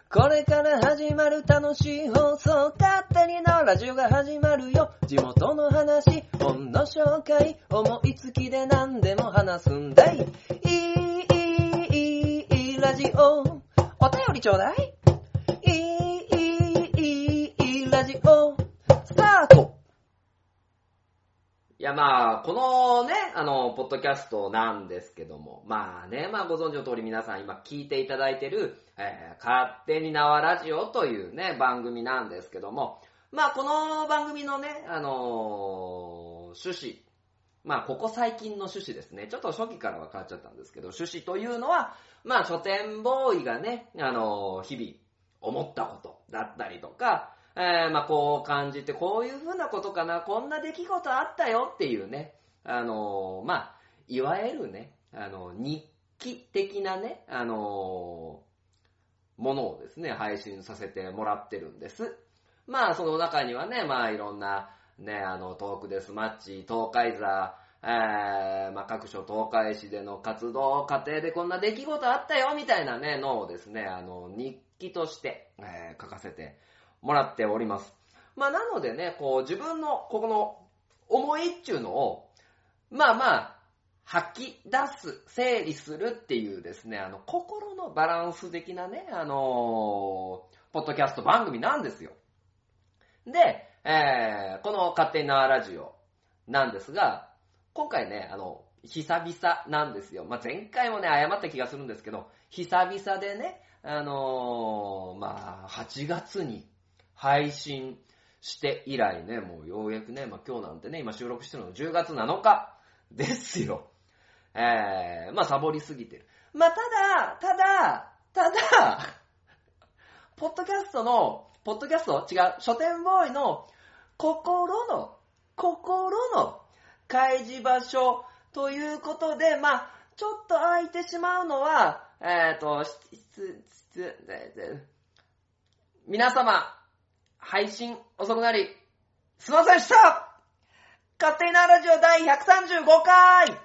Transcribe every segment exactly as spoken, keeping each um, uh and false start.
これから始まる楽しい放送、勝手にのラジオが始まるよ。地元の話、本の紹介、思いつきで何でも話すんだい。いい、いい、いいラジオ、お便りちょうだい。いい、いい、いいラジオ、スタート。いやまあ、このね、あの、ポッドキャストなんですけども、まあね、まあご存知の通り皆さん今聞いていただいてる、えー、勝手に縄ラジオというね、番組なんですけども、まあこの番組のね、あのー、趣旨、まあここ最近の趣旨ですね、ちょっと初期からは変わっちゃったんですけど、趣旨というのは、まあ書店ボーイがね、あのー、日々思ったことだったりとか、えー、まあこう感じてこういう風なことかな、こんな出来事あったよっていうね、あのー、まあいわゆるね、あの日記的なね、あのー、ものをですね配信させてもらってるんです。まあその中にはね、まあいろんなね、あのトークデスマッチ、東海座、えー、まあ各所東海市での活動過程でこんな出来事あったよみたいなねのをですね、あの日記として、えー、書かせてもらっております。まあなのでね、こう自分のここの思いっていうのをまあまあ吐き出す、整理するっていうですね、あの心のバランス的なね、あのー、ポッドキャスト番組なんですよ。で、えー、この勝手に縄ラジオなんですが、今回ね、あの久々なんですよ。まあ前回もね謝った気がするんですけど、久々でね、あのー、まあはちがつに配信して以来ね、もうようやくね、まあ今日なんてね、今収録してるのじゅうがつなのかですよ。えー、まあサボりすぎてる。まあただ、ただ、ただ、ポッドキャストの、ポッドキャスト違う、書店ボーイの心の、心の開示場所ということで、まあちょっと空いてしまうのは、えーと、しつ、つ、つ、皆様、配信遅くなり、すいませんでした。勝手に縄ラジオ第ひゃくさんじゅうごかい。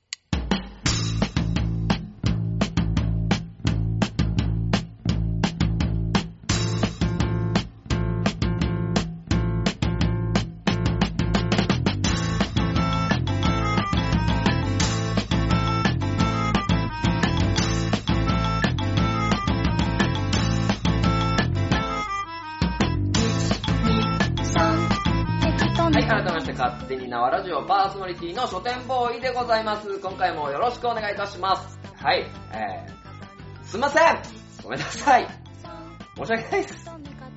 勝手に縄ラジオパーソナリティの書店ボーイでございます。今回もよろしくお願いいたします。はい、えー、すいません、ごめんなさい、申し訳ないです。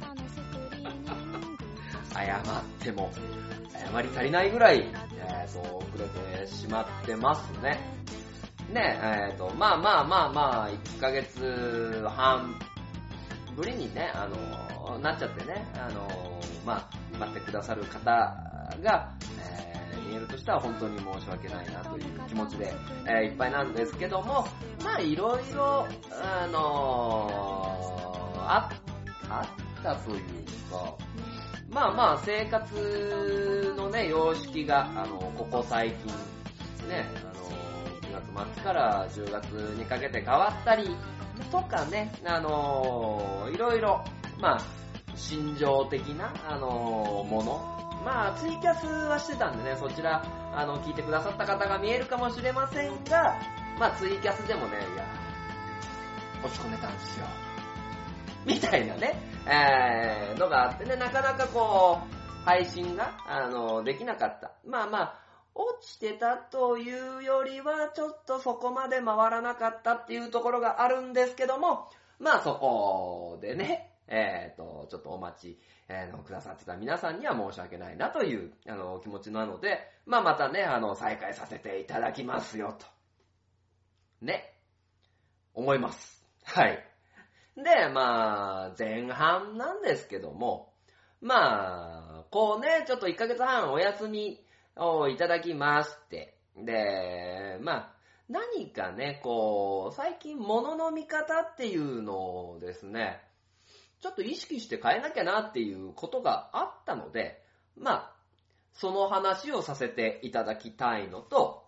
謝っても謝り足りないぐらい、えーと、遅れてしまってますね。ねえ、えーと、まあまあまあまあ、いっかげつはんぶりにね、あの、なっちゃってね、あの、まあ、待ってくださる方、が、えー、見えるとしたら本当に申し訳ないなという気持ちで、えー、いっぱいなんですけども、まあいろいろあのー、あ, あったというか、まあまあ生活のね様式があのここ最近ね、あのくがつ末からじゅうがつにかけて変わったりとかね、あのー、いろいろまあ心情的なあのー、もの。まあツイキャスはしてたんでね、そちらあの聞いてくださった方が見えるかもしれませんが、まあツイキャスでもね、いや落ち込んでたんですよみたいなね、えー、のがあってね、なかなかこう配信があのできなかった。まあまあ落ちてたというよりはちょっとそこまで回らなかったっていうところがあるんですけども、まあそこでね、えーとちょっとお待ちえー、のくださってた皆さんには申し訳ないなというあの気持ちなので、まあまたね、あの再開させていただきますよとね思います。はい。で、まあ前半なんですけども、まあこうね、ちょっといっかげつはんお休みをいただきまして、で、まあ何かね、こう最近物の見方っていうのをですね、ちょっと意識して変えなきゃなっていうことがあったので、まあ、その話をさせていただきたいのと、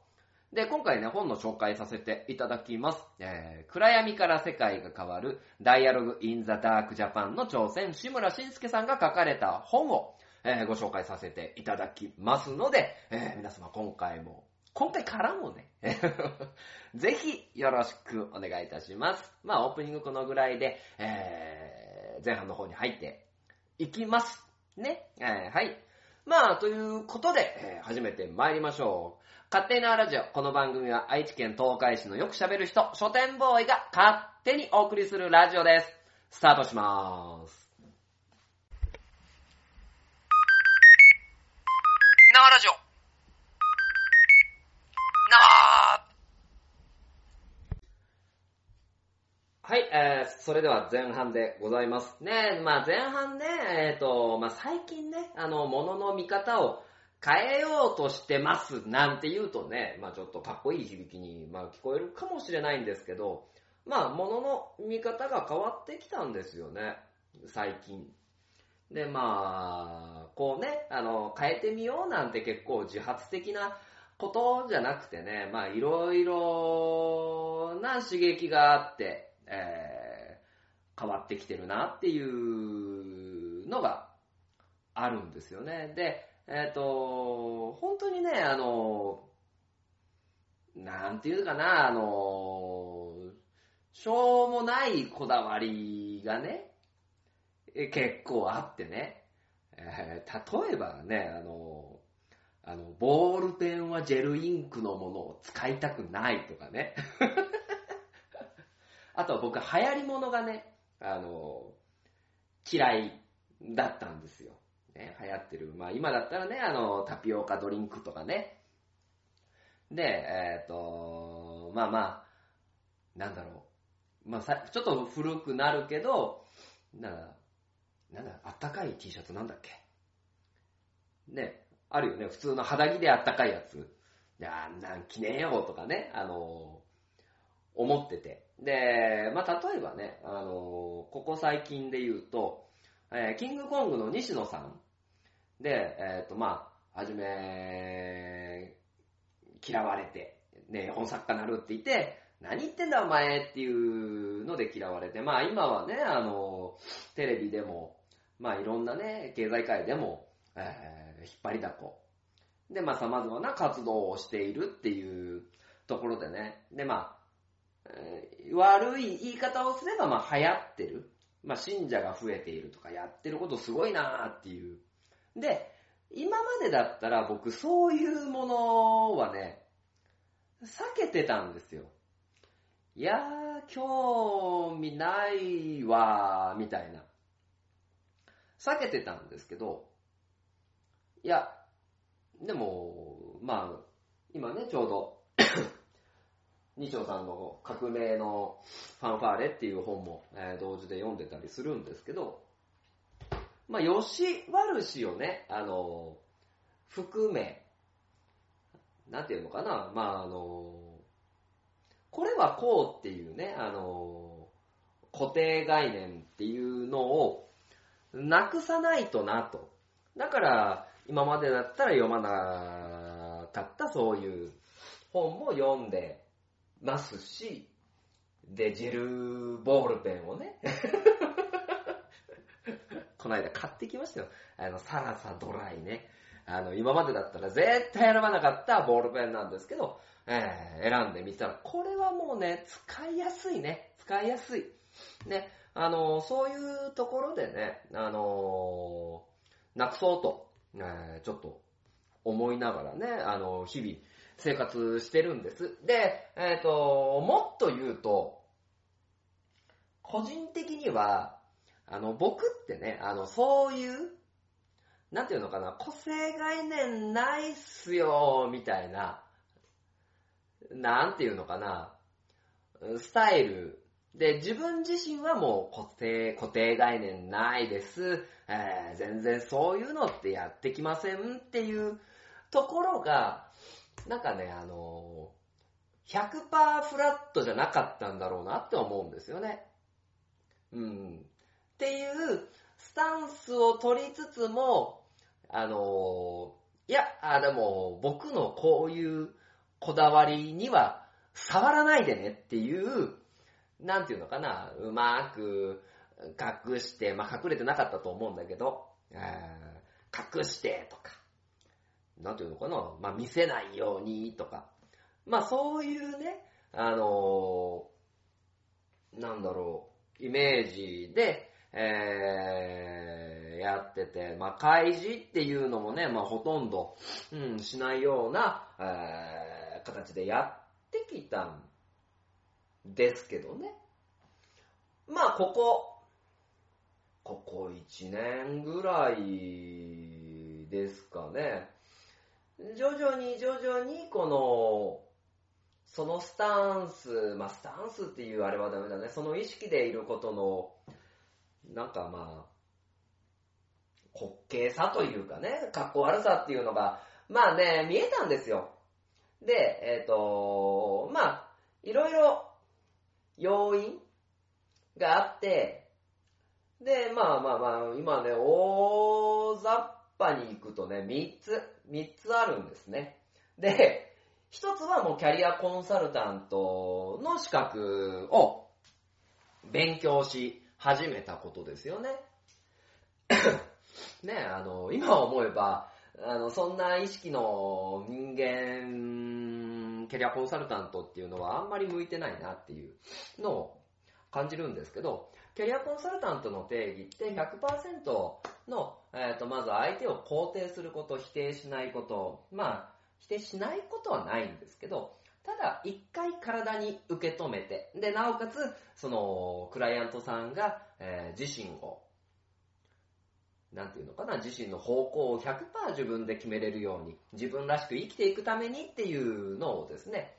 で、今回ね、本の紹介させていただきます。えー、暗闇から世界が変わる Dialogue in the Dark Japan の挑戦、志村慎介さんが書かれた本を、えー、ご紹介させていただきますので、えー、皆様今回も、今回からもね、ぜひよろしくお願いいたします。まあ、オープニングこのぐらいで、えー、前半の方に入っていきます。ね。えー、はい。まあ、ということで、えー、始めて参りましょう。勝手なラジオ。この番組は愛知県東海市のよく喋る人、書店ボーイが勝手にお送りするラジオです。スタートしまーす。生ラジオ。生はい、えー、それでは前半でございます。ね、まあ前半ね、えっと、まあ最近ね、あの、物の見方を変えようとしてますなんて言うとね、まあちょっとかっこいい響きに、まあ聞こえるかもしれないんですけど、まあ物の見方が変わってきたんですよね、最近。で、まあ、こうね、あの、変えてみようなんて結構自発的なことじゃなくてね、まあいろいろな刺激があって、えー、変わってきてるなっていうのがあるんですよね。で、えっと、本当にね、あの、なんていうかな、あの、しょうもないこだわりがね、結構あってね、えー、例えばね、あの、あの、ボールペンはジェルインクのものを使いたくないとかね。あとは僕、流行り物がね、あの、嫌いだったんですよ。ね、流行ってる。まあ今だったらね、あの、タピオカドリンクとかね。で、えっと、まあまあ、なんだろう。まあさ、ちょっと古くなるけど、なんだ、なんだ、あったかい T シャツなんだっけ。ね、あるよね。普通の肌着であったかいやつ。いやー、なん着ねえよとかね、あの、思ってて。で、まあ例えばね、あの、ここ最近で言うと、えー、キングコングの西野さんで、えっと、まあ、はじめ、嫌われて、ね、本作家なるって言って、何言ってんだお前っていうので嫌われて、まあ今はね、あの、テレビでも、まあいろんなね、経済界でも、えー、引っ張りだこ。で、まあ様々な活動をしているっていうところでね、で、まあ、えー、悪い言い方をすれば、まあ流行ってる。まあ信者が増えているとか、やってることすごいなーっていう。で、今までだったら僕そういうものはね、避けてたんですよ。いやー、興味ないわー、みたいな。避けてたんですけど、いや、でも、まあ、今ね、ちょうど、西尾さんの革命のファンファーレっていう本も、えー、同時で読んでたりするんですけど、まあ、よし悪しをね、あの、含め、なんていうのかな、まあ、あの、これはこうっていうね、あの、固定概念っていうのをなくさないとなと。だから、今までだったら読まなかったそういう本も読んでますし、で、ジェルボールペンをね、この間買ってきましたよ。あの、サラサドライね。あの、今までだったら絶対選ばなかったボールペンなんですけど、えー、選んでみたら、これはもうね、使いやすいね。使いやすい。ね。あの、そういうところでね、あのー、なくそうと、えー、ちょっと思いながらね、あの、日々生活してるんです。で、えっと、もっと言うと、個人的には、あの、僕ってね、あの、そういう、なんていうのかな、個性概念ないっすよ、みたいな、なんていうのかな、スタイルで、自分自身はもう固定、固定概念ないです、えー、全然そういうのってやってきませんっていうところが、なんかね、あの、ひゃくパーセント フラットじゃなかったんだろうなって思うんですよね。うん。っていうスタンスを取りつつも、あの、いや、あ、でも僕のこういうこだわりには触らないでねっていう、なんていうのかな、うまく隠して、まあ隠れてなかったと思うんだけど、えー、隠してとか、なんていうのかな、まあ見せないようにとか、まあそういうね、あのー、なんだろう、イメージで、えー、やってて、まあ開示っていうのもね、まあほとんど、うん、しないような、えー、形でやってきたんですけどね。まあここ、ここいちねんぐらいですかね。徐々に徐々にこの、そのスタンス、まあスタンスっていうあれはダメだね。その意識でいることの、なんかまあ、滑稽さというかね、かっこ悪さっていうのが、まあね、見えたんですよ。で、えっと、まあ、いろいろ要因があって、で、まあまあまあ、今ね、大雑把に行くとね、みっつ、みっつあるんですね。で、ひとつはもうキャリアコンサルタントの資格を勉強し始めたことですよね。ね、あの、今思えば、あの、そんな意識の人間、キャリアコンサルタントっていうのはあんまり向いてないなっていうのを感じるんですけど、キャリアコンサルタントの定義って ひゃくパーセント の、えっと、まず相手を肯定すること、否定しないこと、まあ、否定しないことはないんですけど、ただ一回体に受け止めて、で、なおかつ、その、クライアントさんが、えー、自身を、なんていうのかな、自身の方向を ひゃくパーセント 自分で決めれるように、自分らしく生きていくためにっていうのをですね、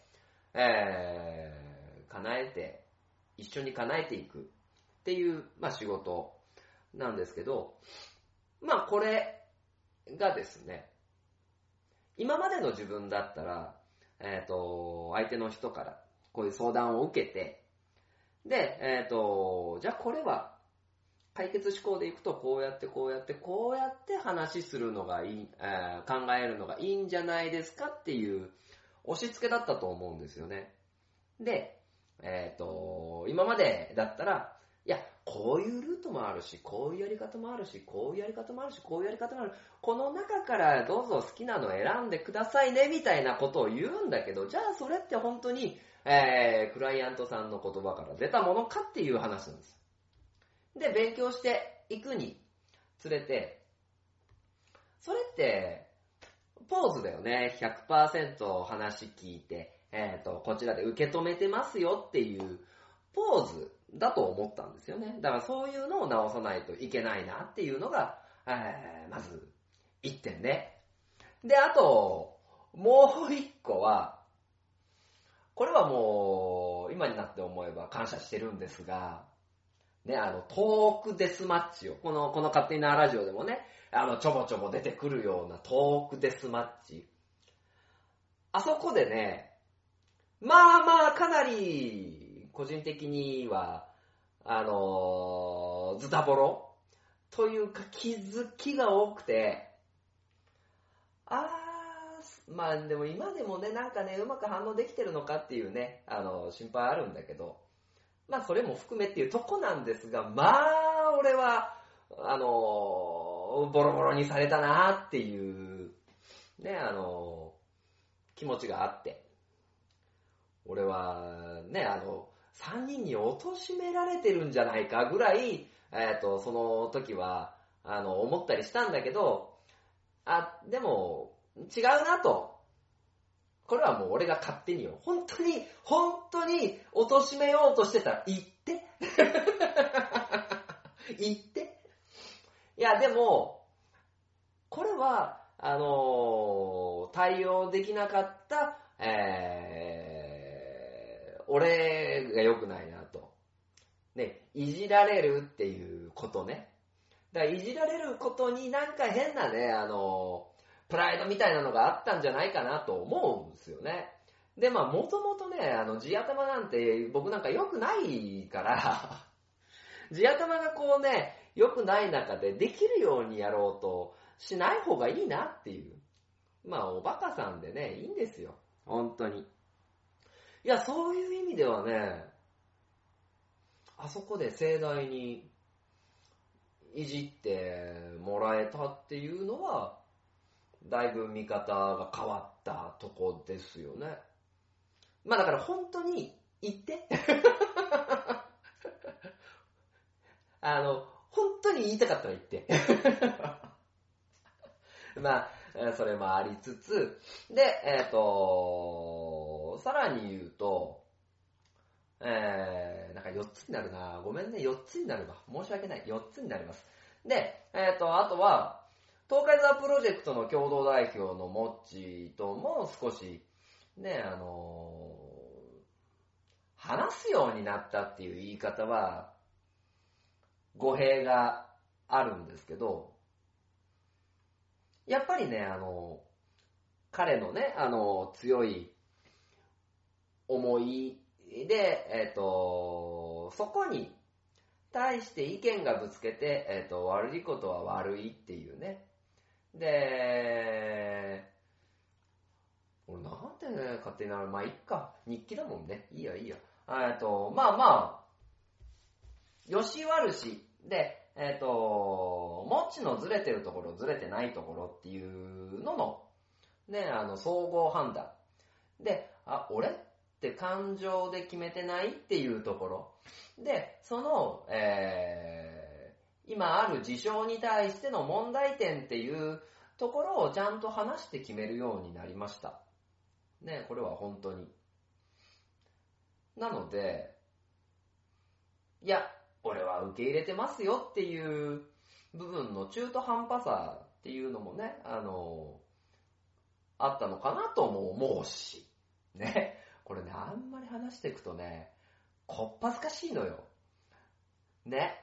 えー、叶えて、一緒に叶えていくっていう、まあ仕事なんですけど、まあこれがですね、今までの自分だったら、えっと、相手の人からこういう相談を受けて、で、えっと、じゃあこれは、解決思考でいくとこうやってこうやってこうやって話するのがいい、えー、考えるのがいいんじゃないですかっていう押し付けだったと思うんですよね。で、えっと、今までだったら、いや、こういうルートもあるし、こういうやり方もあるし、こういうやり方もあるし、こういうやり方もある。この中からどうぞ好きなのを選んでくださいね、みたいなことを言うんだけど、じゃあそれって本当に、えー、クライアントさんの言葉から出たものかっていう話なんです。で、勉強していくにつれて、それって、ポーズだよね。ひゃくパーセント 話聞いて、えっと、こちらで受け止めてますよっていうポーズだと思ったんですよね。だからそういうのを直さないといけないなっていうのが、えー、まずいってんね。で、あと、もう一個は、これはもう、今になって思えば感謝してるんですが、ね、あの、トークデスマッチを、この、この勝手になラジオでもね、あの、ちょぼちょぼ出てくるようなトークデスマッチ。あそこでね、まあまあ、かなり、個人的には、あのー、ズタボロというか気づきが多くて、あー、まあでも今でもね、なんかね、うまく反応できてるのかっていうね、あの、心配あるんだけど、まあそれも含めっていうとこなんですが、まあ俺は、あのー、ボロボロにされたなっていう、ね、あのー、気持ちがあって、俺は、ね、あの、さんにんに貶められてるんじゃないかぐらい、えっと、その時は、あの、思ったりしたんだけど、あ、でも、違うなと。これはもう俺が勝手によ。本当に、本当に、貶めようとしてたら、言って。言って。いや、でも、これは、あのー、対応できなかった、えー、俺が良くないなと。ね、いじられるっていうことね。だからいじられることになんか変なね、あのー、プライドみたいなのがあったんじゃないかなと思うんですよね。で、まあ、もともとね、あの、地頭なんて僕なんか良くないから、地頭がこうね、良くない中でできるようにやろうとしない方がいいなっていう。まあ、おバカさんでね、いいんですよ。 本当に。いや、そういう意味ではね、あそこで盛大にいじってもらえたっていうのは、だいぶ見方が変わったとこですよね。まあだから本当に言って。あの、本当に言いたかったら言って。まあ、それもありつつ、で、えっと、さらに言うと、えー、なんかよっつになるな。ごめんね、よっつになるわ。申し訳ない。よっつになります。で、えっと、あとは、東海ザプロジェクトの共同代表のモッチーとも少し、ね、あのー、話すようになったっていう言い方は、語弊があるんですけど、やっぱりね、あの、彼のね、あの、強い思いで、えっと、そこに対して意見がぶつけて、えっと、悪いことは悪いっていうね。で、俺なんてね、勝手になる。まあ、いっか。日記だもんね。いいや、いいや。えっと、まあまあ、よし悪し。で、えっと、もっちのずれてるところ、ずれてないところっていうのの、ね、あの、総合判断。で、あ、俺って感情で決めてないっていうところ。で、その、えー、今ある事象に対しての問題点っていうところをちゃんと話して決めるようになりました。ね、これは本当に。なので、いや、俺は受け入れてますよっていう部分の中途半端さっていうのもね、あの、あったのかなとも思うし、ね。これね、あんまり話していくとね、こっぱずかしいのよ。ね。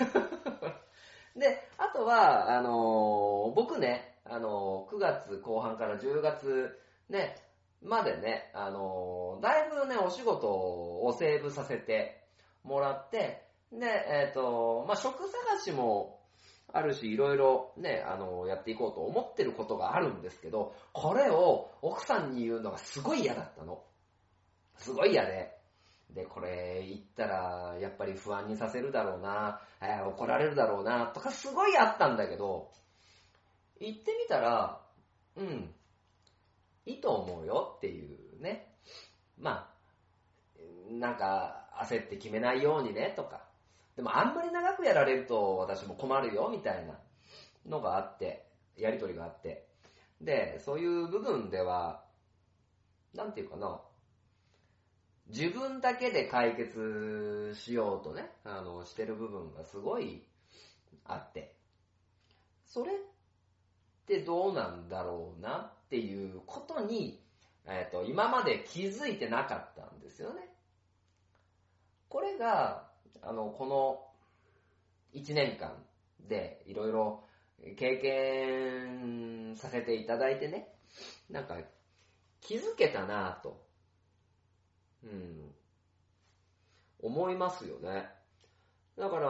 で、あとは、あのー、僕ね、あのー、くがつこう半からじゅうがつね、までね、あのー、だいぶね、お仕事をセーブさせてもらって、で、えっと、まあ、職探しもあるし、いろいろね、あのー、やっていこうと思ってることがあるんですけど、これを奥さんに言うのがすごい嫌だったの。すごい嫌で。で、これ言ったら、やっぱり不安にさせるだろうな、えー、怒られるだろうな、とかすごいあったんだけど、言ってみたら、うん、いいと思うよっていうね。まあ、なんか焦って決めないようにねとか。でもあんまり長くやられると私も困るよみたいなのがあって、やりとりがあって。で、そういう部分では、なんていうかな、自分だけで解決しようとね、あの、してる部分がすごいあって、それってどうなんだろうなっていうことに、えっと、今まで気づいてなかったんですよね。これが、あの、このいちねんかんでいろいろ経験させていただいてね、なんか気づけたなぁと。うん、思いますよね。だから、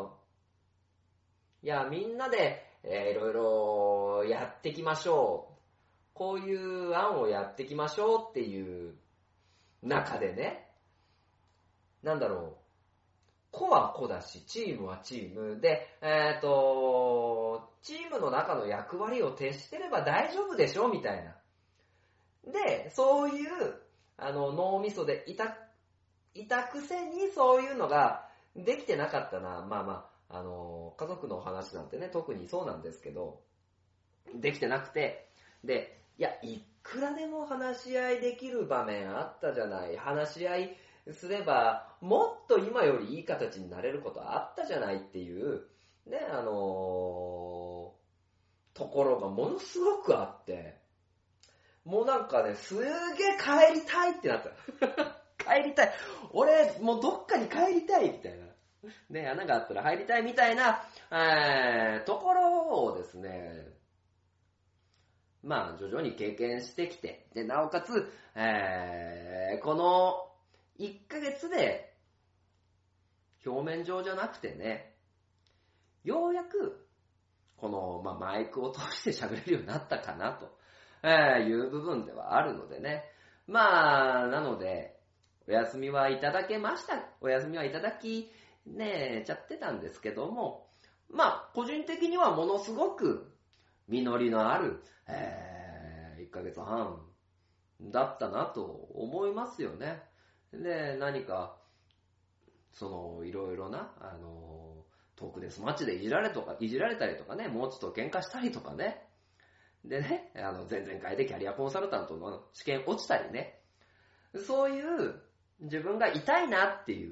いや、みんなで、えー、いろいろやっていきましょう。こういう案をやっていきましょうっていう中でね、なんだろう、個は個だし、チームはチームで、えっと、チームの中の役割を徹してれば大丈夫でしょみたいな。で、そういう、あの、脳みそでいた、いたくせにそういうのができてなかったな。まあまあ、あの、家族の話なんてね、特にそうなんですけど、できてなくて、で、いや、いくらでも話し合いできる場面あったじゃない。話し合いすれば、もっと今よりいい形になれることあったじゃないっていう、ね、あのー、ところがものすごくあって、もうなんかね、すげえ帰りたいってなった。帰りたい。俺、もうどっかに帰りたいみたいな。ね、穴があったら入りたいみたいな、えー、ところをですね、まあ、徐々に経験してきて、で、なおかつ、えー、このいっかげつで、表面上じゃなくてね、ようやく、この、まあ、マイクを通して喋れるようになったかなと、えー、いう部分ではあるのでね、 まあ、なので、お休みはいただけました。お休みはいただき、ねえ、ちゃってたんですけども、まあ、個人的にはものすごく、実りのある、えー、いっかげつはんだったなと思いますよね。で、何か、その、いろいろな、あの、トークデスマッチでいじられとか、いじられたりとかね、もうちょっと喧嘩したりとかね。でね、あの、前々回でキャリアコンサルタントの試験落ちたりね。そういう自分が痛いなっていう、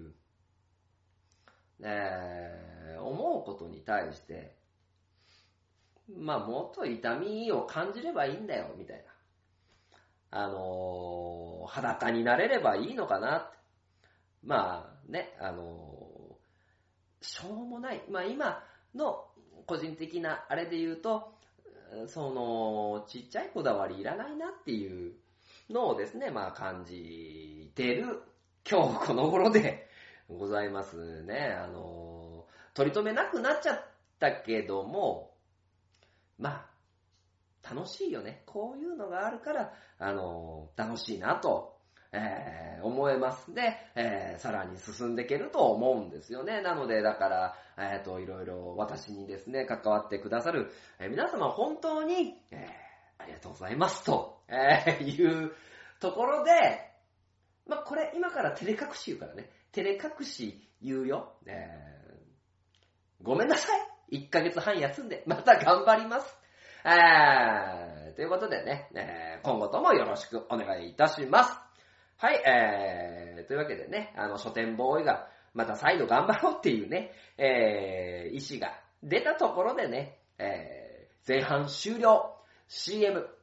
えー、思うことに対して、まあもっと痛みを感じればいいんだよ、みたいな。あのー、裸になれればいいのかなって。まあね、あのー、しょうもない。まあ今の個人的なあれで言うと、その、ちっちゃいこだわりいらないなっていうのをですね、まあ感じてる今日この頃でございますね。あのー、取り留めなくなっちゃったけども、まあ、楽しいよね。こういうのがあるから、あのー、楽しいなと、えー、思えますで、えー、さらに進んでいけると思うんですよね。なので、だから、えっと、いろいろ私にですね、関わってくださる、えー、皆様本当に、えー、ありがとうございますと、えー、いうところで、まあ、これ今から照れ隠し言うからね、照れ隠し言うよ。えー、ごめんなさい。いっかげつはん休んで、また頑張ります。えー、ということでね、えー、今後ともよろしくお願いいたします。はい、えー、というわけでね、あの、書店ボーイがまた再度頑張ろうっていうね、えー、意思が出たところでね、えー、前半終了、シーエム。な、な、な、な、な、な、な、な、な、な、な、な、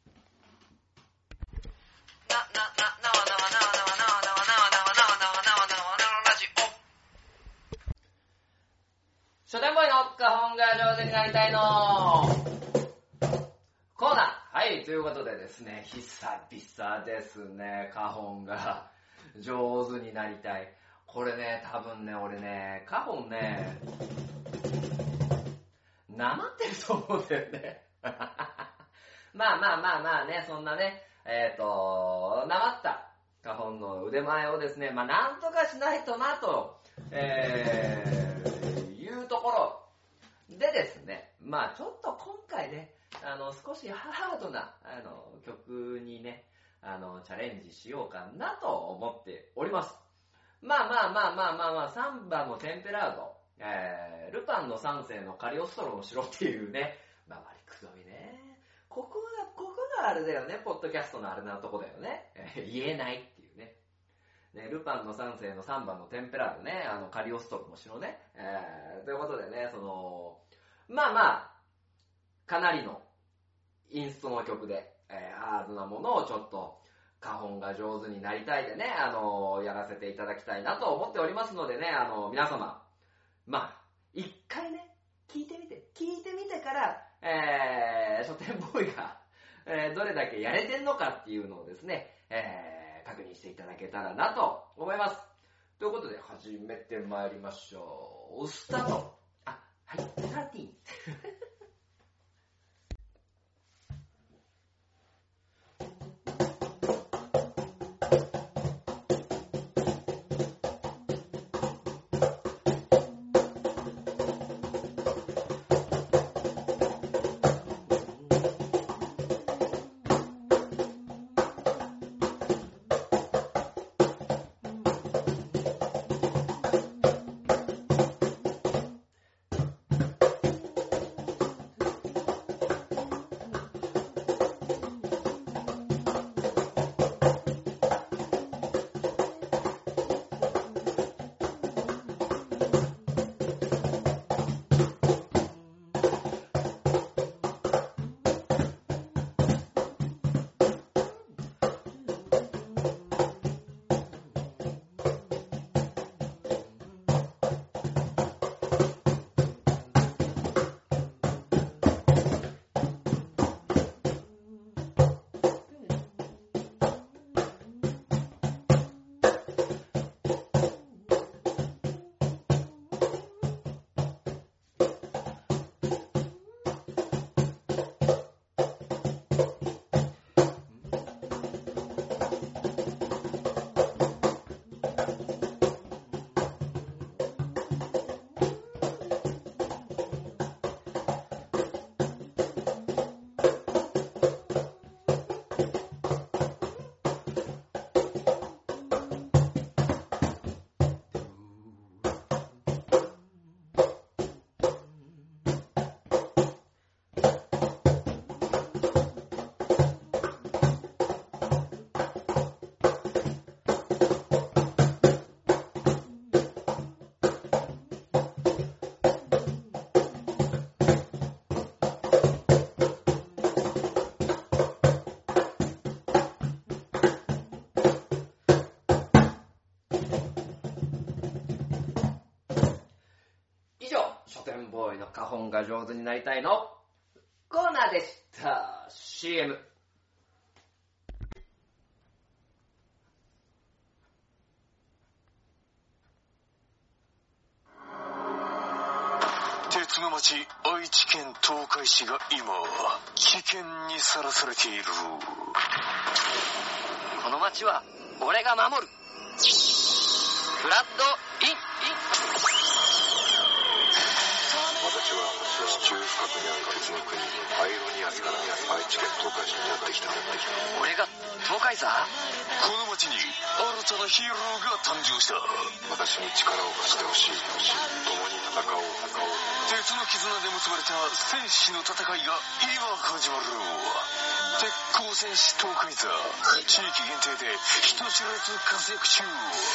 ラジオ。書店ボーイの花本が上手になりたいのコーナー。はい、ということでですね、久々ですね、花本が上手になりたい。これね、多分ね、俺ね、花本ね、なまってると思うんだよね。まあまあまあまあね、そんなね、えっと、なまった花本の腕前をですね、まあなんとかしないとなと、えー、いうところでですね、まあちょっと今回ね、あの、少しハードな、あの、曲にね、あの、チャレンジしようかなと思っております。まあまあまあまあまあまあ、サンバのテンペラード、えー、ルパンの三世のカリオストロの城っていうね、まあ、割りくどいね。ここが、ここがあれだよね、ポッドキャストのあれなとこだよね。えー、言えないっていうね。ね、ルパンの三世のサンバのテンペラードね、あの、カリオストロの城ね。えー、ということでね、その、まあまあ、かなりのインストの曲で、えー、ハードなものをちょっと花本が上手になりたいでね、あのー、やらせていただきたいなと思っておりますのでね、あのー、皆様、まあ、一回ね、聞いてみて、聞いてみてから、えー、書店ボーイが、えー、どれだけやれてんのかっていうのをですね、えー、確認していただけたらなと思います。ということで、始めてまいりましょう。スタート。あ、はい、スターティーン。 書店ボーイの花本が上手になりたいのコーナーでした。 シーエム。 鉄の町愛知県東海市が今危険にさらされている。 この町は俺が守る。フラッドイン。 私は地中深くにある鉄の国アイロニアスから愛知県東海市にやってきた。 俺が東海座。 この町に新たなヒーローが誕生した。私に力を貸してほしい。共に戦おう。鉄の絆で結ばれた戦士の戦いが今始まる。鉄鋼戦士東海座、地域限定で人知れず活躍中。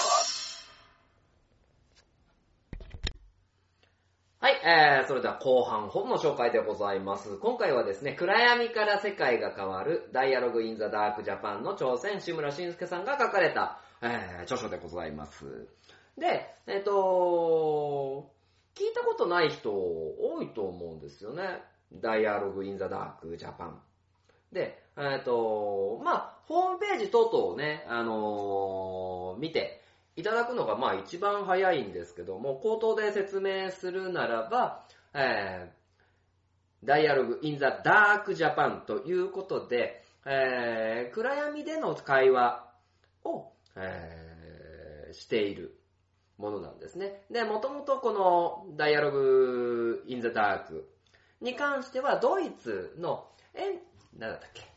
はい、えー、それでは後半本の紹介でございます。今回はですね、暗闇から世界が変わるダイアログインザダークジャパンの挑戦、志村慎介さんが書かれた、えー、著書でございます。で、えっと、聞いたことない人多いと思うんですよね。ダイアログインザダークジャパン。で、えっと、まあ、ホームページ等々をね、あのー、見て、いただくのがまあ一番早いんですけども、口頭で説明するならば、えー、ダイアログインザダークジャパンということで、えー、暗闇での会話を、えー、しているものなんですね。で、もともとこのダイアログインザダークに関してはドイツの、え、なんだったっけ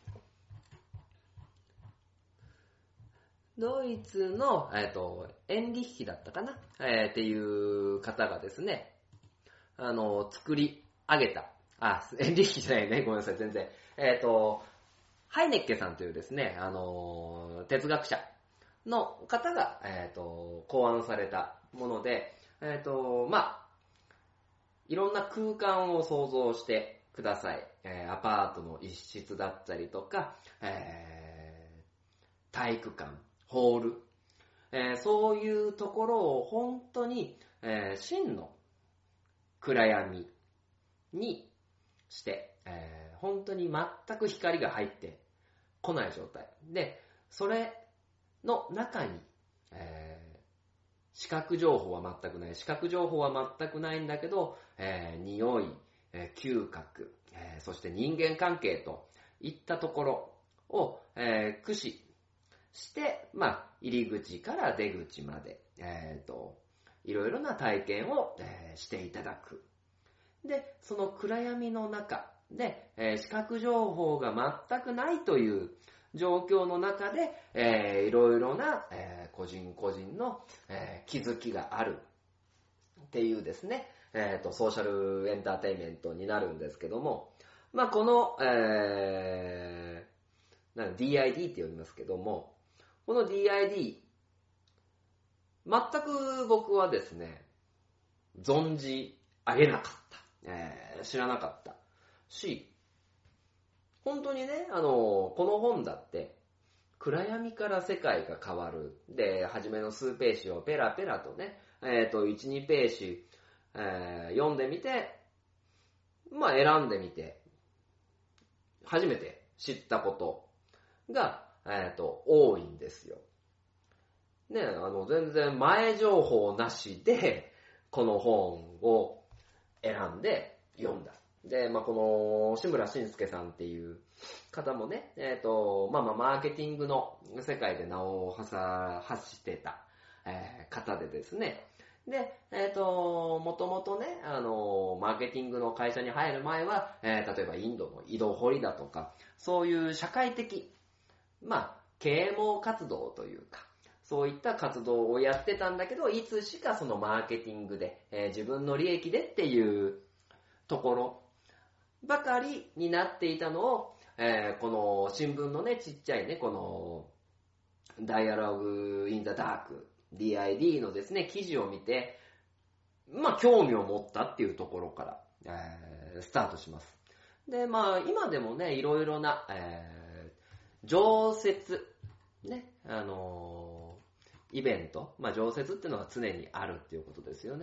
ドイツの、えっと、エンリッヒだったかな、えー、っていう方がですね、あの、作り上げた。あ、エンリッヒじゃないね。ごめんなさい、全然。えっと、ハイネッケさんというですね、あの、哲学者の方が、えっと、考案されたもので、えっと、まあ、いろんな空間を想像してください。えー、アパートの一室だったりとか、えー、体育館、ホール、えー、そういうところを本当に、えー、真の暗闇にして、えー、本当に全く光が入ってこない状態で、それの中に、えー、視覚情報は全くない視覚情報は全くないんだけど、えー、匂い、えー、嗅覚、えー、そして人間関係といったところを、えー、駆使して、まあ、入り口から出口まで、えっと、いろいろな体験を、えー、していただく。で、その暗闇の中で、えー、視覚情報が全くないという状況の中で、えー、いろいろな、えー、個人個人の、えー、気づきがあるっていうですね、えっと、ソーシャルエンターテインメントになるんですけども、まあ、この、えー、なんか ディーアイディー って呼びますけども、この ディーアイディー、全く僕はですね、存じ上げなかった。えー、知らなかったし、本当にね、あの、この本だって、暗闇から世界が変わる。で、初めの数ページをペラペラとね、えっと、いち、にページ、えー、読んでみて、まあ選んでみて、初めて知ったことが、えっと、多いんですよ。ね、あの、全然前情報なしで、この本を選んで読んだ。で、まあ、この、志村慎介さんっていう方もね、えっと、まあまあ、マーケティングの世界で名をはさ、発してた、えー、方でですね。で、えっと、もともとね、あの、マーケティングの会社に入る前は、えー、例えばインドの井戸掘りだとか、そういう社会的、まあ、啓蒙活動というか、そういった活動をやってたんだけど、いつしかそのマーケティングで、えー、自分の利益でっていうところばかりになっていたのを、えー、この新聞のね、ちっちゃいね、このダイアログインザダーク、ディーアイディー のですね、記事を見て、まあ、興味を持ったっていうところから、えー、スタートします。で、まあ、今でもね、いろいろな、えー、常設、ね、あのー、イベント、まあ、常設っていうのは常にあるっていうことですよね。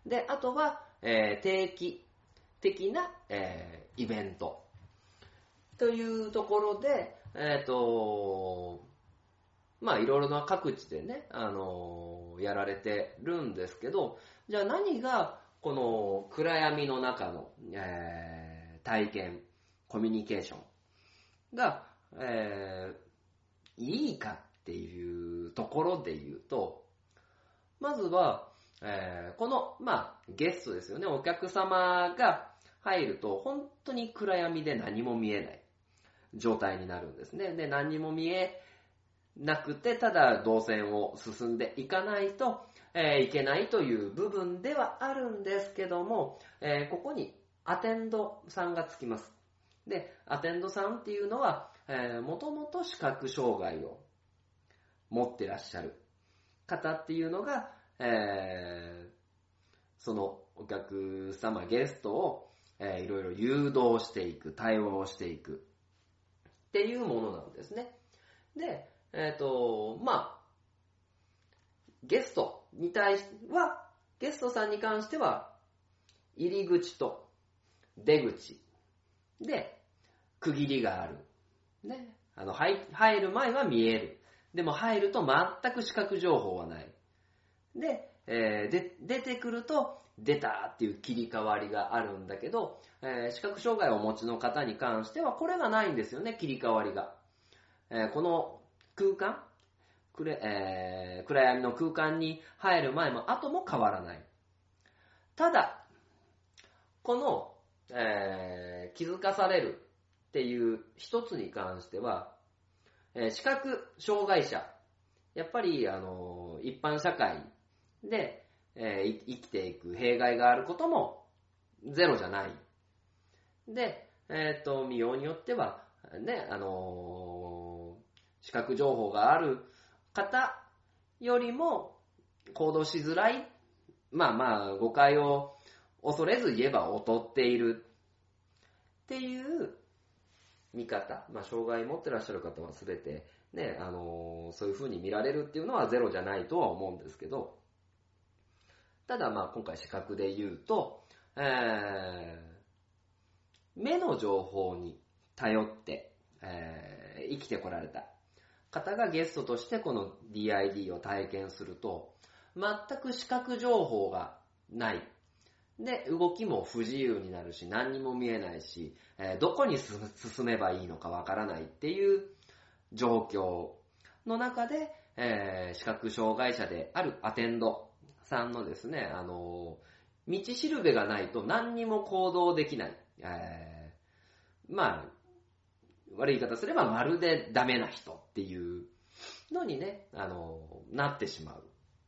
で、あとは、えー、定期的な、えー、イベントというところで、えっと、まあいろいろな各地でね、あのー、やられてるんですけど、じゃあ何がこの暗闇の中の、えー、体験、コミュニケーションが、えー、いいかっていうところで言うと、まずは、えー、この、まあ、ゲストですよね、お客様が入ると本当に暗闇で何も見えない状態になるんですね。で、何も見えなくて、ただ動線を進んでいかないと、えー、いけないという部分ではあるんですけども、えー、ここにアテンドさんがつきます。で、アテンドさんっていうのは、えー、もともと視覚障害を持ってらっしゃる方っていうのが、えー、そのお客様、ゲストを、えー、いろいろ誘導していく、対応をしていくっていうものなんですね。で、えっと、まあ、ゲストに対しては、ゲストさんに関しては、入り口と出口で区切りがある。ね。あの、入る前は見える。でも入ると全く視覚情報はない。で、えー、で出てくると、出たっていう切り替わりがあるんだけど、えー、視覚障害をお持ちの方に関しては、これがないんですよね、切り替わりが。えー、この空間、くれえー、暗闇の空間に入る前も後も変わらない。ただ、この、えー、気づかされるっていう一つに関しては、えー、視覚障害者、やっぱり、あのー、一般社会で、えー、生きていく弊害があることもゼロじゃない。で、えっと、見ようによっては、ね、あのー、視覚情報がある方よりも行動しづらい、まあまあ誤解を恐れず言えば劣っているっていう見方、まあ障害持ってらっしゃる方は全てね、あのー、そういう風に見られるっていうのはゼロじゃないとは思うんですけど、ただまあ今回視覚で言うと、えー、目の情報に頼って、えー、生きてこられた方がゲストとしてこの ディーアイディー を体験すると、全く視覚情報がない。で、動きも不自由になるし、何にも見えないし、えー、どこに進めばいいのかわからないっていう状況の中で、えー、視覚障害者であるアテンドさんのですね、あのー、道しるべがないと何にも行動できない。えー、まあ、悪い言い方すればまるでダメな人っていうのにね、あのー、なってしまう。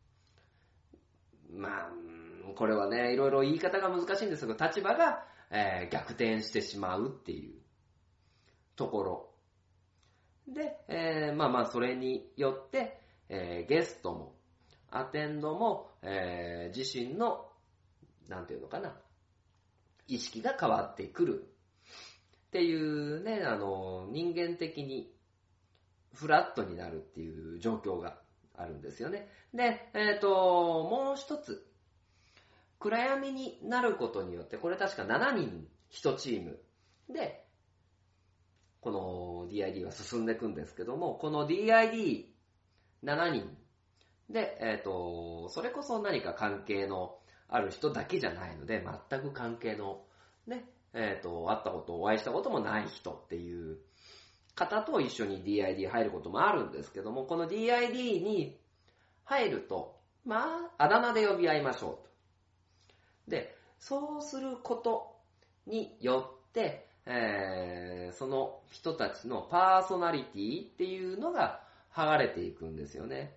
まあ、これはね、いろいろ言い方が難しいんですけど、立場が、えー、逆転してしまうっていうところ。で、えー、まあまあ、それによって、えー、ゲストも、アテンドも、えー、自身の、なんていうのかな、意識が変わってくるっていうね、あの、人間的にフラットになるっていう状況があるんですよね。で、えっと、もう一つ、暗闇になることによって、これ確かしちにんいちチームで、この ディーアイディー は進んでいくんですけども、この ディーアイディーしちにんで、えっと、それこそ何か関係のある人だけじゃないので、全く関係の、ね、えっと、会ったこと、お会いしたこともない人っていう方と一緒に ディーアイディー 入ることもあるんですけども、この ディーアイディー に入ると、まあ、あだ名で呼び合いましょうと。で、そうすることによって、えー、その人たちのパーソナリティっていうのが剥がれていくんですよね。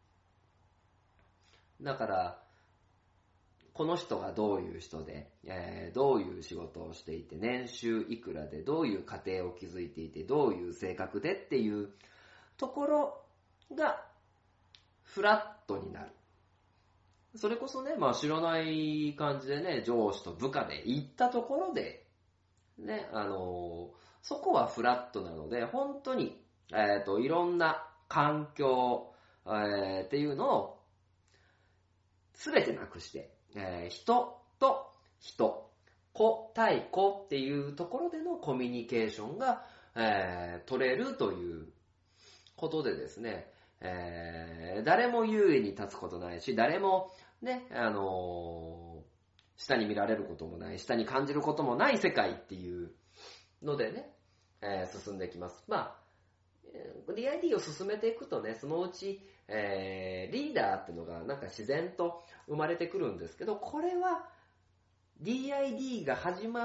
だから、この人がどういう人で、えー、どういう仕事をしていて、年収いくらで、どういう家庭を築いていて、どういう性格でっていうところがフラットになる。それこそね、まあ知らない感じでね、上司と部下で行ったところで、ね、あのー、そこはフラットなので、本当に、えっと、いろんな環境、えー、っていうのを、すべてなくして、 えー、人と人、子対子っていうところでのコミュニケーションが、えー、取れるということでですね、えー、誰も優位に立つことないし、誰もね、あのー、下に見られることもない、下に感じることもない世界っていうのでね、えー、進んでいきます。まあ、ディーアイディー を進めていくとね、そのうち、えー、リーダーっていうのがなんか自然と生まれてくるんですけど、これは ディーアイディー が始まって、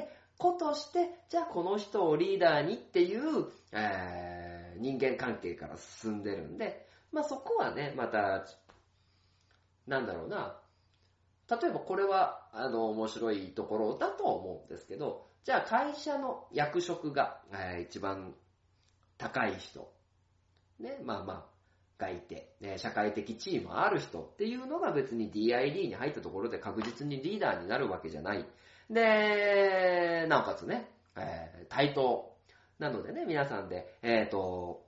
子として、じゃあこの人をリーダーにっていう、えー、人間関係から進んでるんで、まあそこはね、また、なんだろうな、例えばこれは、あの、面白いところだと思うんですけど、じゃあ会社の役職が、えー、一番高い人、ね、まあまあ、がいて、ね、社会的地位もある人っていうのが別に ディーアイディー に入ったところで確実にリーダーになるわけじゃない。で、なおかつね、えー、対等なのでね、皆さんで、えっと、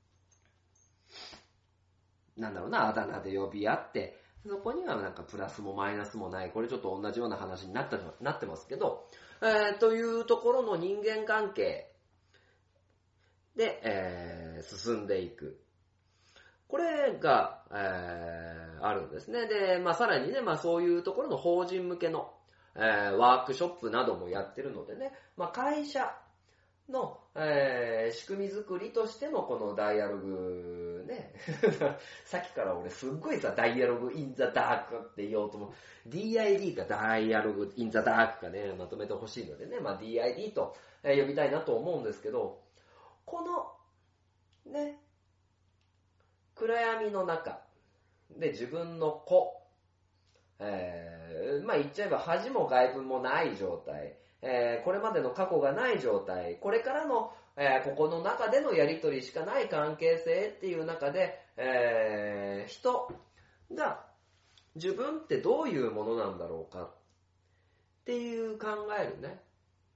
なんだろうな、あだ名で呼び合って、そこにはなんかプラスもマイナスもない、これちょっと同じような話になったなってますけど、えー、というところの人間関係で、えー、進んでいく。これが、えー、あるんですね。で、まあさらにね、まあそういうところの法人向けの、えー、ワークショップなどもやってるのでね、まあ会社の、えー、仕組み作りとしてもこのダイアログね、さっきから俺すっごいさ、ダイアログインザダークって言おうとも、ディーアイディー かダイアログインザダークかね、まとめてほしいのでね、まあ ディーアイディー と呼びたいなと思うんですけど、この、ね、暗闇の中で自分の子、えー、まあ言っちゃえば恥も外聞もない状態、えー、これまでの過去がない状態、これからの、えー、ここの中でのやりとりしかない関係性っていう中で、えー、人が自分ってどういうものなんだろうかっていう考えるね、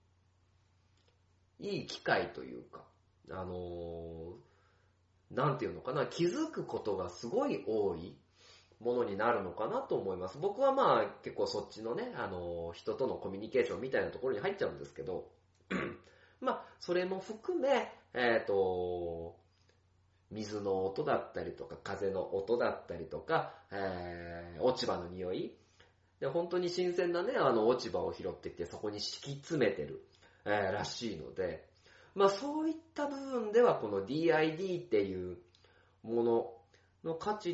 いい機会というか、あのー、なんていうのかな、気づくことがすごい多いものになるのかなと思います。僕はまあ結構そっちのね、あのー、人とのコミュニケーションみたいなところに入っちゃうんですけど、まあそれも含め、えっと、水の音だったりとか、風の音だったりとか、えー、落ち葉の匂い。で、本当に新鮮なね、あの落ち葉を拾ってきてそこに敷き詰めてる、えー、らしいので、まあそういった部分ではこの ディーアイディー っていうものの価値って、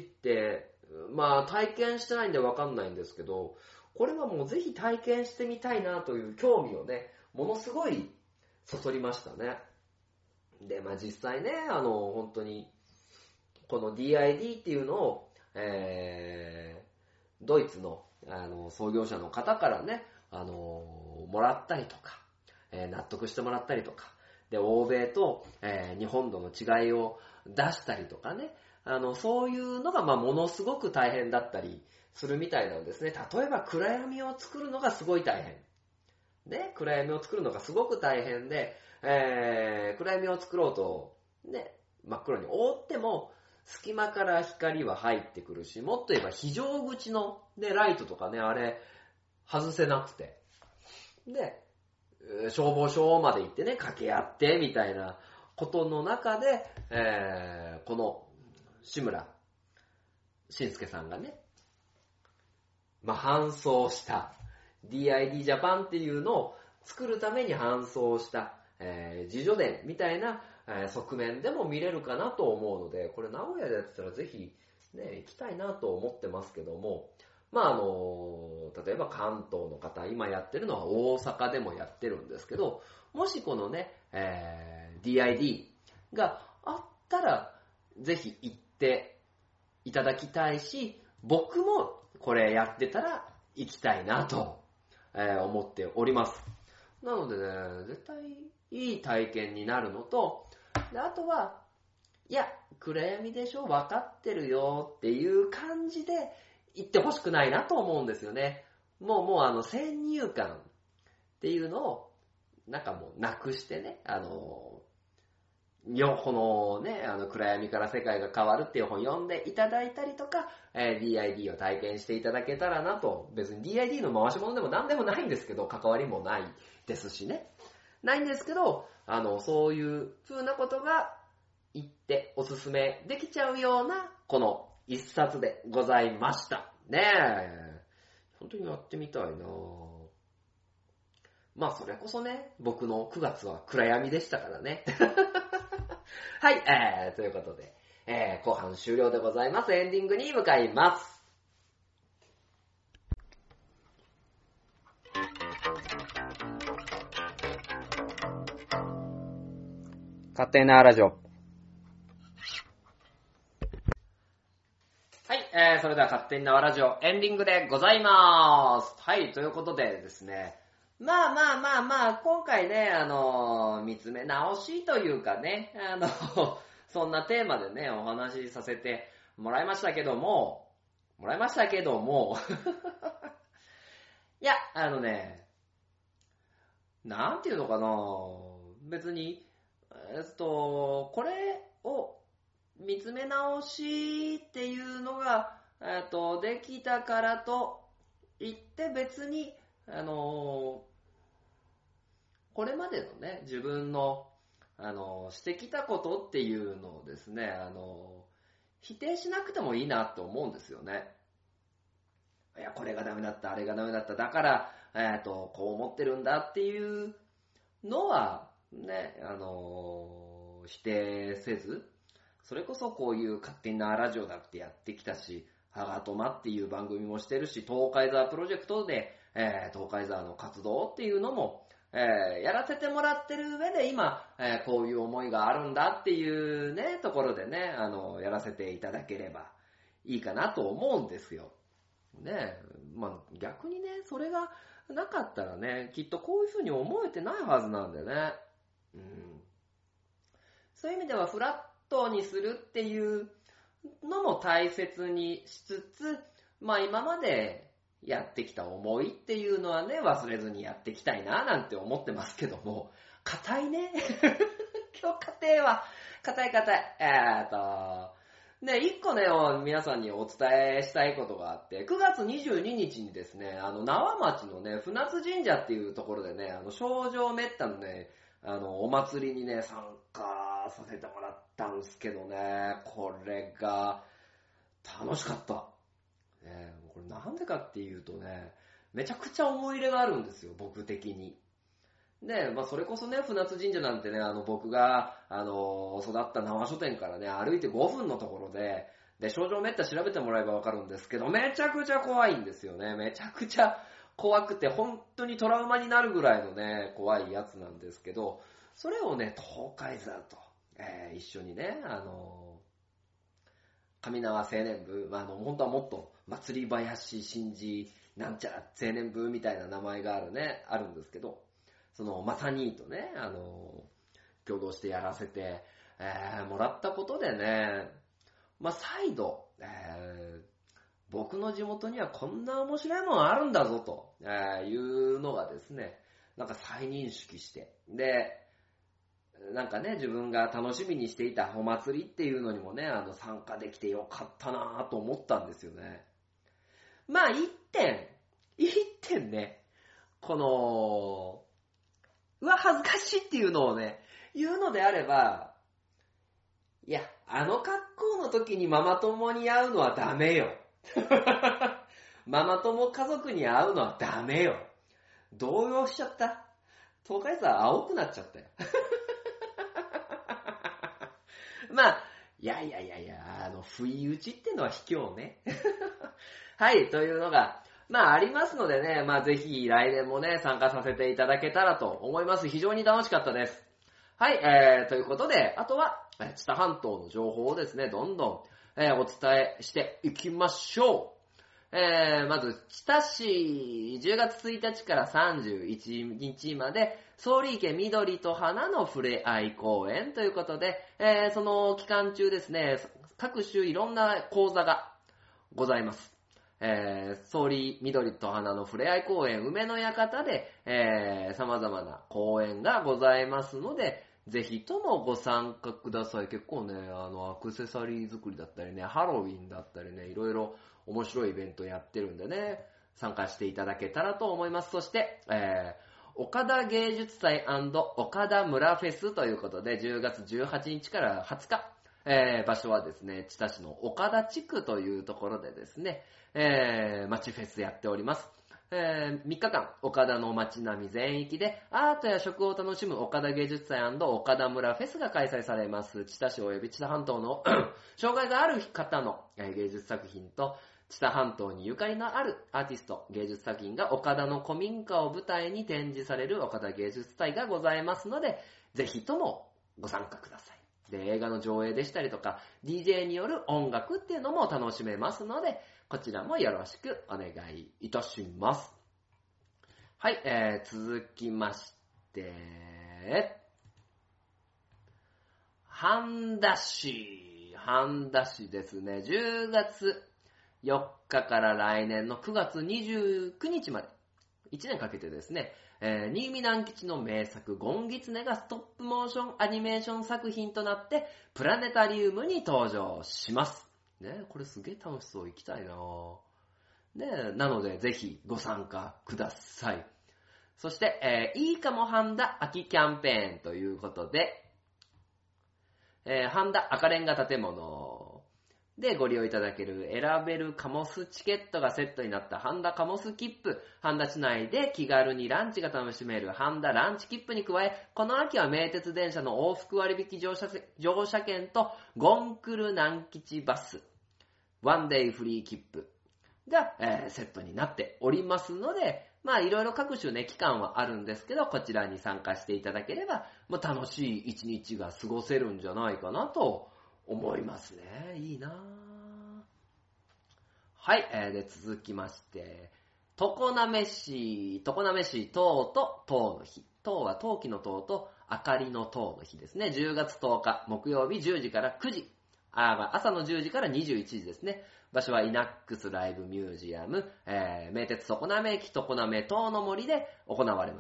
まあ体験してないんでわかんないんですけど、これはもうぜひ体験してみたいなという興味をね、ものすごいそそりましたね。で、まあ実際ね、あの本当にこの ディーアイディー っていうのを、えー、ドイツの、あの創業者の方からね、あのもらったりとか、えー、納得してもらったりとか、で、欧米と、えー、日本との違いを出したりとかね、あの、そういうのが、まあ、ものすごく大変だったりするみたいなんですね。例えば、暗闇を作るのがすごい大変。ね、暗闇を作るのがすごく大変で、えー、暗闇を作ろうと、ね、真っ黒に覆っても、隙間から光は入ってくるし、もっと言えば非常口の、ね、ライトとかね、あれ、外せなくて。で、消防署まで行ってね、掛け合って、みたいなことの中で、えー、この、志村慎介さんがね、まあ、搬送した、ディーアイディー ジャパンっていうのを作るために搬送した、えー、自助伝みたいな、えー、側面でも見れるかなと思うので、これ名古屋でやってたらぜひ、ね、行きたいなと思ってますけども、まああの、例えば関東の方、今やってるのは大阪でもやってるんですけど、もしこのね、えー、ディーアイディー があったら、ぜひ行っていただきたいし、僕もこれやってたら行きたいなと、えー、思っております。なのでね、絶対いい体験になるのと、であとは、いや、暗闇でしょ、分かってるよっていう感じで、行ってほしくないなと思うんですよね。もうもうあの先入観っていうのをなんかもうなくしてね、あのよ、このね、あの、暗闇から世界が変わるっていう本読んでいただいたりとか、えー、ディーアイディー を体験していただけたらなと、別に ディーアイディー の回し物でも何でもないんですけど、関わりもないですしね。ないんですけど、あの、そういう風なことが言っておすすめできちゃうような、この一冊でございました。ねえ。本当にやってみたいなぁ。まあそれこそね、僕のくがつは暗闇でしたからね。はい、えー、ということで、えー、後半終了でございます。エンディングに向かいます。勝手なラジオ。はい、えー、それでは勝手に縄ラジオエンディングでございます。はい、ということでですね、まあまあまあまあ、今回ね、あの、見つめ直しというかね、あの、そんなテーマでね、お話しさせてもらいましたけども、もらいましたけども、いや、あのね、なんていうのかな、別に、えっと、これを見つめ直しっていうのが、えっと、できたからといって別に、あの、これまでのね、自分の、あの、してきたことっていうのをですね、あの、否定しなくてもいいなと思うんですよね。いや、これがダメだった、あれがダメだった、だから、えっと、こう思ってるんだっていうのは、ね、あの、否定せず、それこそこういう勝手なラジオだってやってきたし、ハガトマっていう番組もしてるし、東海沢プロジェクトで、えー、東海沢の活動っていうのも、えー、やらせてもらってる上で今、えー、こういう思いがあるんだっていうね、ところでね、あの、やらせていただければいいかなと思うんですよ。ね、まあ逆にね、それがなかったらね、きっとこういう風に思えてないはずなんだよね。うん。そういう意味ではフラットにするっていうのも大切にしつつ、まあ今までやってきた思いっていうのはね、忘れずにやっていきたいななんて思ってますけども、硬いね。今日硬いわ。硬い硬い。えーっと、ね、一個ね、皆さんにお伝えしたいことがあって、くがつにじゅうににちにですね、あの、縄町のね、船津神社っていうところでね、あの、少女めったのね、あの、お祭りにね、参加させてもらったんですけどね、これが、楽しかった。ね、これなんでかっていうとね、めちゃくちゃ思い入れがあるんですよ、僕的に。ね、まあそれこそね、船津神社なんてね、あの僕が、あの、育った縄書店からね、歩いてごふんのところで、で、少女めった調べてもらえばわかるんですけど、めちゃくちゃ怖いんですよね。めちゃくちゃ怖くて、本当にトラウマになるぐらいのね、怖いやつなんですけど、それをね、東海沢と、えー、一緒にね、あの、上縄青年部、まあ、あの、本当はもっと、祭り林神事なんちゃら青年部みたいな名前があるね、あるんですけど、その、まさにとね、あの、共同してやらせて、えー、もらったことでね、まあ、再度、えー、僕の地元にはこんな面白いものあるんだぞと、えー、いうのがですね、なんか再認識して、で、なんかね、自分が楽しみにしていたお祭りっていうのにもね、あの、参加できてよかったなぁと思ったんですよね。まあ、一点、一点ね、この、うわ、恥ずかしいっていうのをね、言うのであれば、いや、あの格好の時にママ友に会うのはダメよ。ママ友家族に会うのはダメよ。動揺しちゃった。東海沢青くなっちゃったよ。まあ、いやいやいやいや、あの、不意打ちってのは卑怯ね。はい、というのが、まあありますのでね、まあぜひ来年もね、参加させていただけたらと思います。非常に楽しかったです。はい、えー、ということで、あとは、知多半島の情報をですね、どんどん、えー、お伝えしていきましょう。えー、まず、知多市、じゅうがつついたちからさんじゅういちにちまで、総理池緑と花のふれあい公園ということで、えー、その期間中ですね、各種いろんな講座がございます。えー、総理緑と花のふれあい公園梅の館で、えー、様々な公演がございますので、 ぜひともご参加ください。結構ね、あの、アクセサリー作りだったりね、ハロウィンだったりね、いろいろ面白いイベントやってるんでね、参加していただけたらと思います。そして、えー、岡田芸術祭&岡田村フェスということで、じゅうがつじゅうはちにちからはつか、えー、場所はですね、知多市の岡田地区というところでですね、えー、街フェスやっております。えー、みっかかん、岡田の街並み全域でアートや食を楽しむ岡田芸術祭&岡田村フェスが開催されます。知多市及び知多半島の障害がある方の芸術作品と、知多半島にゆかりのあるアーティスト、芸術作品が岡田の古民家を舞台に展示される岡田芸術祭がございますので、ぜひともご参加ください。で、映画の上映でしたりとか、ディージェー による音楽っていうのも楽しめますので、こちらもよろしくお願いいたします。はい、えー、続きまして、半田市、半田市ですね、じゅうがつよっかから来年のくがつにじゅうくにちまで、いちねんかけてですね、えー、新見南吉の名作、ゴンギツネがストップモーションアニメーション作品となって、プラネタリウムに登場します。ね、これすげえ楽しそう。行きたいなぁ。ね、なのでぜひご参加ください。そして、えー、いいかもハンダ秋キャンペーンということで、えー、ハンダ赤レンガ建物でご利用いただける選べるカモスチケットがセットになったハンダカモス切符、ハンダ市内で気軽にランチが楽しめるハンダランチ切符に加え、この秋は名鉄電車の往復割引乗車、乗車券とゴンクル南吉バス、ワンデイフリー切符が、えー、セットになっておりますので、まあいろいろ各種ね、期間はあるんですけど、こちらに参加していただければ、もう楽しい一日が過ごせるんじゃないかなと思いますね。いいなぁ。はい、えー、で続きまして、常滑市、常滑市、とうととうの日。とうは陶器のとうと明かりのとうの日ですね。じゅうがつとおか、木曜日じゅうじからくじ。あ朝のじゅうじからにじゅういちじですね。場所はイナックスライブミュージアム、えー、名鉄常滑駅常滑塔の森で行われます。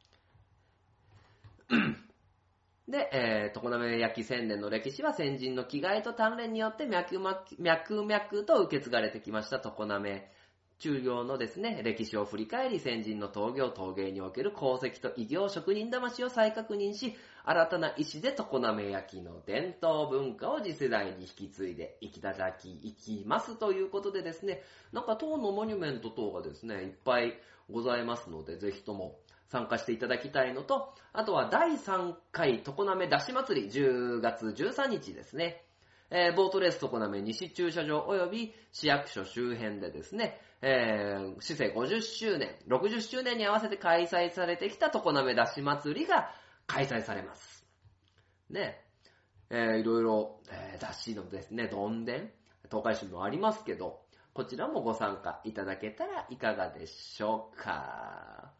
で、えー、常滑焼千年の歴史は先人の気概と鍛錬によって脈々、脈々と受け継がれてきました常滑中領のですね、歴史を振り返り、先人の陶業、陶芸における功績と偉業、職人魂を再確認し、新たな意志で常滑焼の伝統文化を次世代に引き継いでいきただき、いきますということでですね、なんか塔のモニュメント等がですね、いっぱいございますので、ぜひとも参加していただきたいのと、あとはだいさんかい常滑だし祭り、じゅうがつじゅうさんにちですね、えー、ボートレース常滑西駐車場及び市役所周辺でですね、えー、市政ごじゅっしゅうねん、ろくじゅっしゅうねんに合わせて開催されてきた常滑だし祭りが開催されます。ね、えー、いろいろ、えー、だしのですね、どんでん、東海市もありますけど、こちらもご参加いただけたらいかがでしょうか。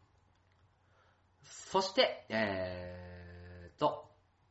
そして、えーと、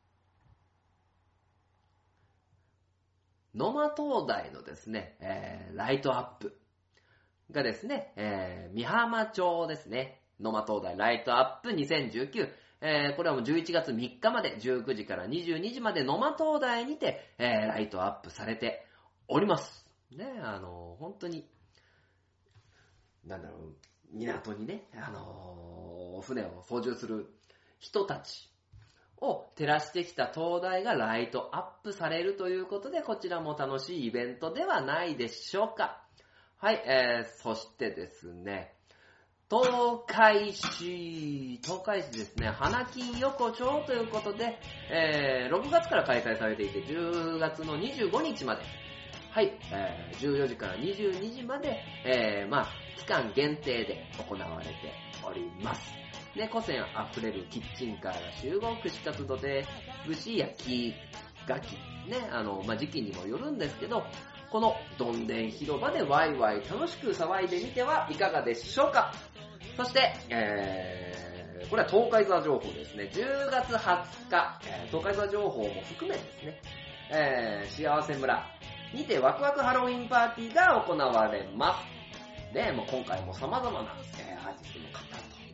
野間灯台のですね、えー、ライトアップがですね、えー、美浜町ですね、野間灯台ライトアップにせんじゅうきゅう、えー、これはもうじゅういちがつみっかまでじゅうくじからにじゅうにじまで野間灯台にて、えー、ライトアップされております。ね、あのー、本当に、なんだろう、港にね、あのー、船を操縦する人たちを照らしてきた灯台がライトアップされるということで、こちらも楽しいイベントではないでしょうか。はい、えー、そしてですね、東海市、東海市ですね、花金横丁ということで、えー、ろくがつから開催されていて、じゅうがつのにじゅうごにちまで、はい、えー、じゅうよじからにじゅうにじまで、えー、まあ、期間限定で行われております。ね、個性あふれるキッチンカーが集合、串カツ土手、串焼き、ガキ、ね、あの、まあ、時期にもよるんですけど、このどんでん広場でワイワイ楽しく騒いでみてはいかがでしょうか。そして、えー、これは東海座情報ですね。じゅうがつはつか、えー、東海座情報も含めですね、えー、幸せ村にてワクワクハロウィンパーティーが行われます。で、もう今回も様々な、えー、アーティストの方と、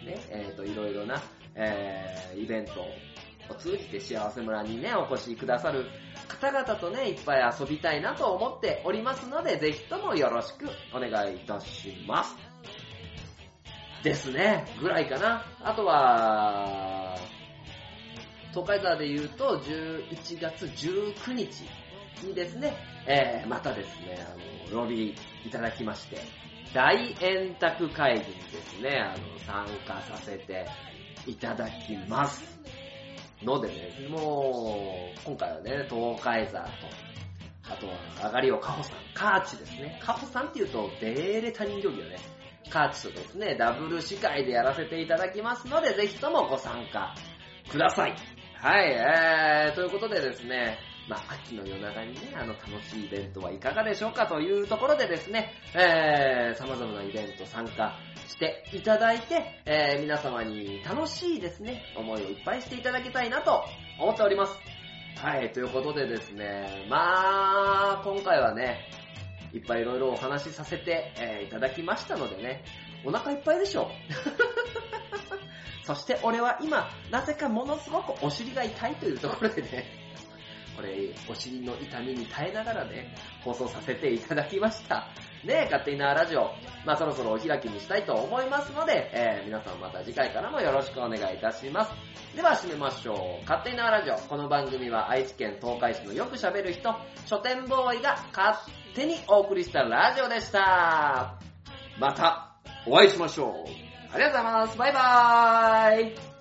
ね、えっと、いろいろな、えー、イベントを通じて幸せ村にね、お越しくださる方々とね、いっぱい遊びたいなと思っておりますので、ぜひともよろしくお願いいたします。ですね、ぐらいかな。あとは、東海沢で言うと、じゅういちがつじゅうくにちにですね、えー、またですね、あの、ロビーいただきまして、大円卓会議にですね、あの、参加させていただきます。のでね、もう、今回はね、東海沢と、あとは、あがりおかほさん、カーチですね。カホさんっていうと、デーレ他人行儀よね。カーチとですね、ダブル司会でやらせていただきますので、ぜひともご参加ください。はい、えー、ということでですね、まあ、秋の夜長にね、あの、楽しいイベントはいかがでしょうかというところでですね、えー、様々なイベント参加していただいて、えー、皆様に楽しいですね、思いをいっぱいしていただきたいなと思っております。はい、ということでですね、まあ、今回はね、いっぱいいろいろお話しさせて、えー、いただきましたのでね、お腹いっぱいでしょそして俺は今、なぜかものすごくお尻が痛いというところでね、これ、お尻の痛みに耐えながらね、放送させていただきました。ねえ、勝手になラジオ、まあそろそろお開きにしたいと思いますので、えー、皆さんまた次回からもよろしくお願いいたします。では締めましょう。勝手になラジオ。この番組は愛知県東海市のよく喋る人、書店ボーイが勝手にお送りしたラジオでした。またお会いしましょう。ありがとうございます。バイバーイ。